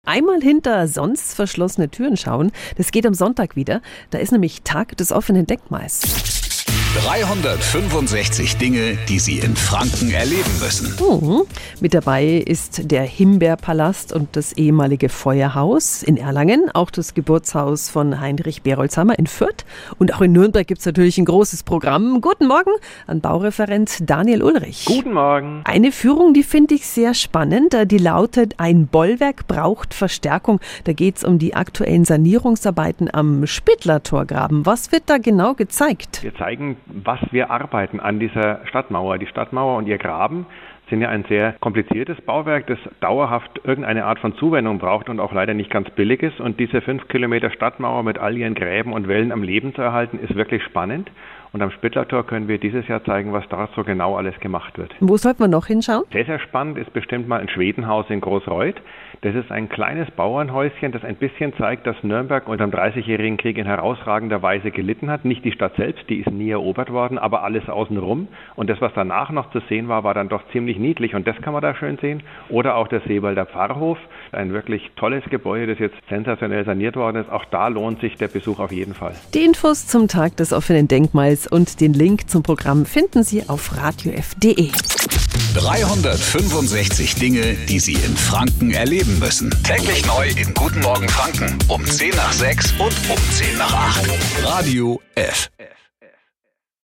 einmal hinter sonst verschlossene Türen schauen. Das geht am Sonntag wieder. Da ist nämlich Tag des offenen Denkmals. 365 Dinge, die Sie in Franken erleben müssen. Mit dabei ist der Himbeerpalast und das ehemalige Feuerhaus in Erlangen, auch das Geburtshaus von Heinrich Berolzhammer in Fürth. Und auch in Nürnberg gibt es natürlich ein großes Programm. Guten Morgen an Baureferent Daniel Ulrich. Guten Morgen. Eine Führung, die finde ich sehr spannend. Die lautet, ein Bollwerk braucht Verstärkung. Da geht es um die aktuellen Sanierungsarbeiten am Spittlertorgraben. Was wird da genau gezeigt? Wir zeigen, was wir arbeiten an dieser Stadtmauer. Die Stadtmauer und ihr Graben sind ja ein sehr kompliziertes Bauwerk, das dauerhaft irgendeine Art von Zuwendung braucht und auch leider nicht ganz billig ist. Und diese 5 Kilometer Stadtmauer mit all ihren Gräben und Wällen am Leben zu erhalten, ist wirklich spannend. Und am Spittlertor können wir dieses Jahr zeigen, was da so genau alles gemacht wird. Wo sollten wir noch hinschauen? Sehr, sehr spannend ist bestimmt mal ein Schwedenhaus in Großreuth. Das ist ein kleines Bauernhäuschen, das ein bisschen zeigt, dass Nürnberg unter dem 30-jährigen Krieg in herausragender Weise gelitten hat. Nicht die Stadt selbst, die ist nie erobert worden, aber alles außenrum. Und das, was danach noch zu sehen war, war dann doch ziemlich niedlich. Und das kann man da schön sehen. Oder auch der Seewalder Pfarrhof, ein wirklich tolles Gebäude, das jetzt sensationell saniert worden ist. Auch da lohnt sich der Besuch auf jeden Fall. Die Infos zum Tag des offenen Denkmals und den Link zum Programm finden Sie auf radiof.de. 365 Dinge, die Sie in Franken erleben müssen. Täglich neu in Guten Morgen Franken um 10 nach 6 und um 10 nach 8. Radio F.